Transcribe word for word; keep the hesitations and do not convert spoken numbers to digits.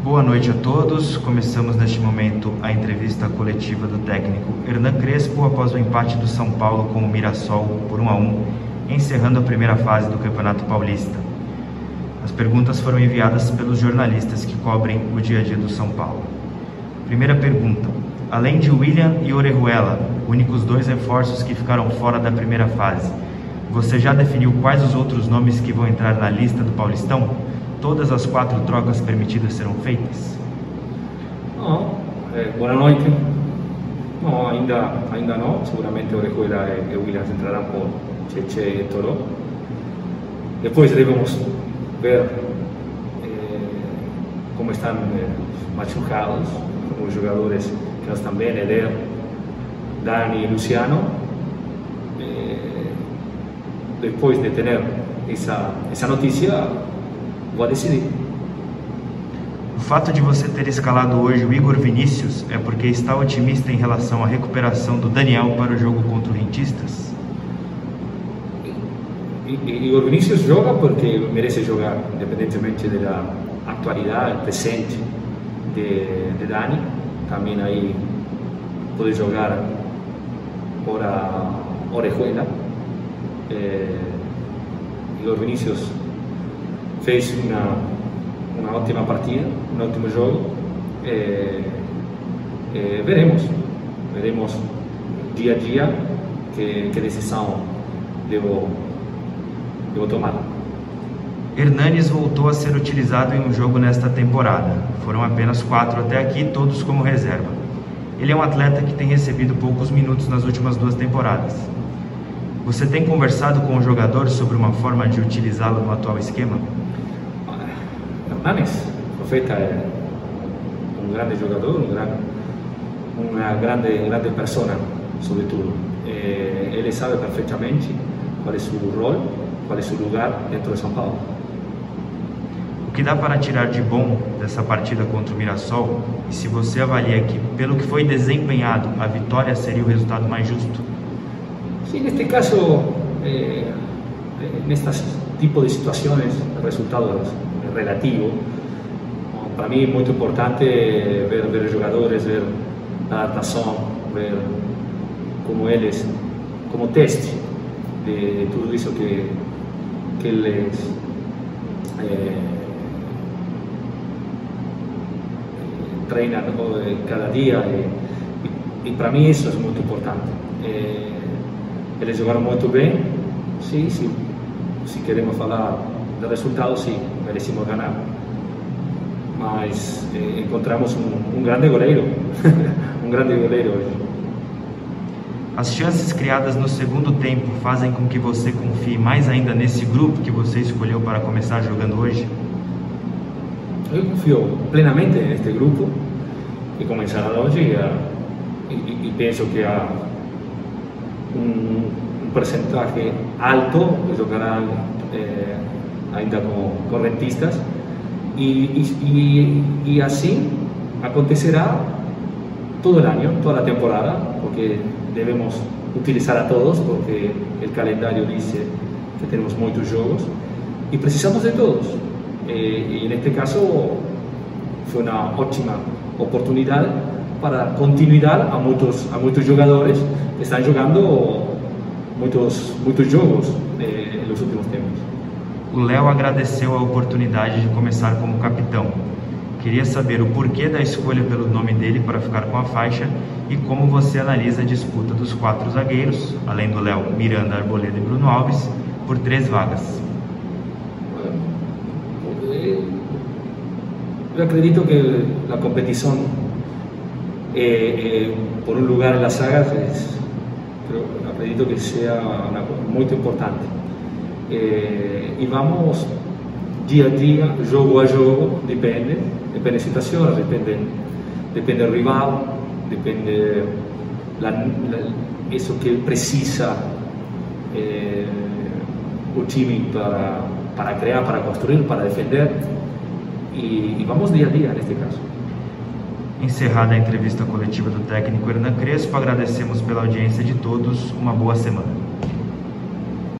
Boa noite a todos. Começamos neste momento a entrevista coletiva do técnico Hernan Crespo após o empate do São Paulo com o Mirassol por um a um, encerrando a primeira fase do Campeonato Paulista. As perguntas foram enviadas pelos jornalistas que cobrem o dia a dia do São Paulo. Primeira pergunta: além de William e Orejuela, únicos dois reforços que ficaram fora da primeira fase, você já definiu quais os outros nomes que vão entrar na lista do Paulistão? Todas as quatro trocas permitidas serão feitas? Não, eh, boa noite. Não, ainda, ainda não. Seguramente Orejuela e Williams entrarão por Cheche e Toro. Depois devemos ver eh, como estão eh, machucados os jogadores que nós também, Eder, Dani e Luciano. Eh, depois de ter essa, essa notícia, vou decidir. O fato de você ter escalado hoje o Igor Vinícius é porque está otimista em relação à recuperação do Daniel para o jogo contra o Rentistas? Igor Vinícius joga porque merece jogar, independentemente da atualidade presente de, de Dani. Também aí pode jogar ora Orejuela. Eh, Igor Vinícius fez uma, uma ótima partida, um ótimo jogo. Eh, eh, veremos, veremos dia a dia que, que decisão devo, devo tomar. Hernanes voltou a ser utilizado em um jogo nesta temporada. Foram apenas quatro até aqui, todos como reserva. Ele é um atleta que tem recebido poucos minutos nas últimas duas temporadas. Você tem conversado com o jogador sobre uma forma de utilizá-lo no atual esquema? Hernanes, Profeta é um grande jogador, um grande, uma grande, grande persona, sobretudo. Eh, ele sabe perfeitamente qual é o seu rol, qual é o seu lugar dentro de São Paulo. O que dá para tirar de bom dessa partida contra o Mirassol? E se você avalia que, pelo que foi desempenhado, a vitória seria o resultado mais justo? Sim, neste caso, eh, nestas tipo de situações, o resultado é relativo. Para mim é muito importante ver, ver os jogadores, ver a adaptação, ver como eles, como teste de, de tudo isso que, que eles eh, treinam cada dia. E, e, e para mim isso é muito importante. Eh, eles jogaram muito bem. Sim, sim. Se queremos falar de resultados, sim, merecemos ganhar. Mas eh, encontramos um, um grande goleiro, um grande goleiro hoje. As chances criadas no segundo tempo fazem com que você confie mais ainda nesse grupo que você escolheu para começar jogando hoje? Eu confio plenamente neste grupo que começará hoje e, e, e penso que há um, um percentagem alto que jogará eh, ainda com, com Rentistas. E, e, e assim acontecerá todo o ano, toda a temporada, porque devemos utilizar a todos, porque o calendário diz que temos muitos jogos e precisamos de todos. E, e neste caso foi uma ótima oportunidade para continuidade a muitos, a muitos jogadores que estão jogando muitos, muitos jogos eh, nos últimos tempos. O Léo agradeceu a oportunidade de começar como capitão. Queria saber o porquê da escolha pelo nome dele para ficar com a faixa e como você analisa a disputa dos quatro zagueiros, além do Léo, Miranda, Arboleda e Bruno Alves, por três vagas. Eu acredito que a competição é, é, por um lugar nas sagas, eu acredito que seja muito importante. Eh, e vamos dia a dia, jogo a jogo, depende, depende da situação, depende, depende do rival, depende la, la, isso que precisa eh, o time para, para criar, para construir, para defender, e, e vamos dia a dia neste caso. Encerrada a entrevista coletiva do técnico Hernan Crespo, agradecemos pela audiência de todos, uma boa semana.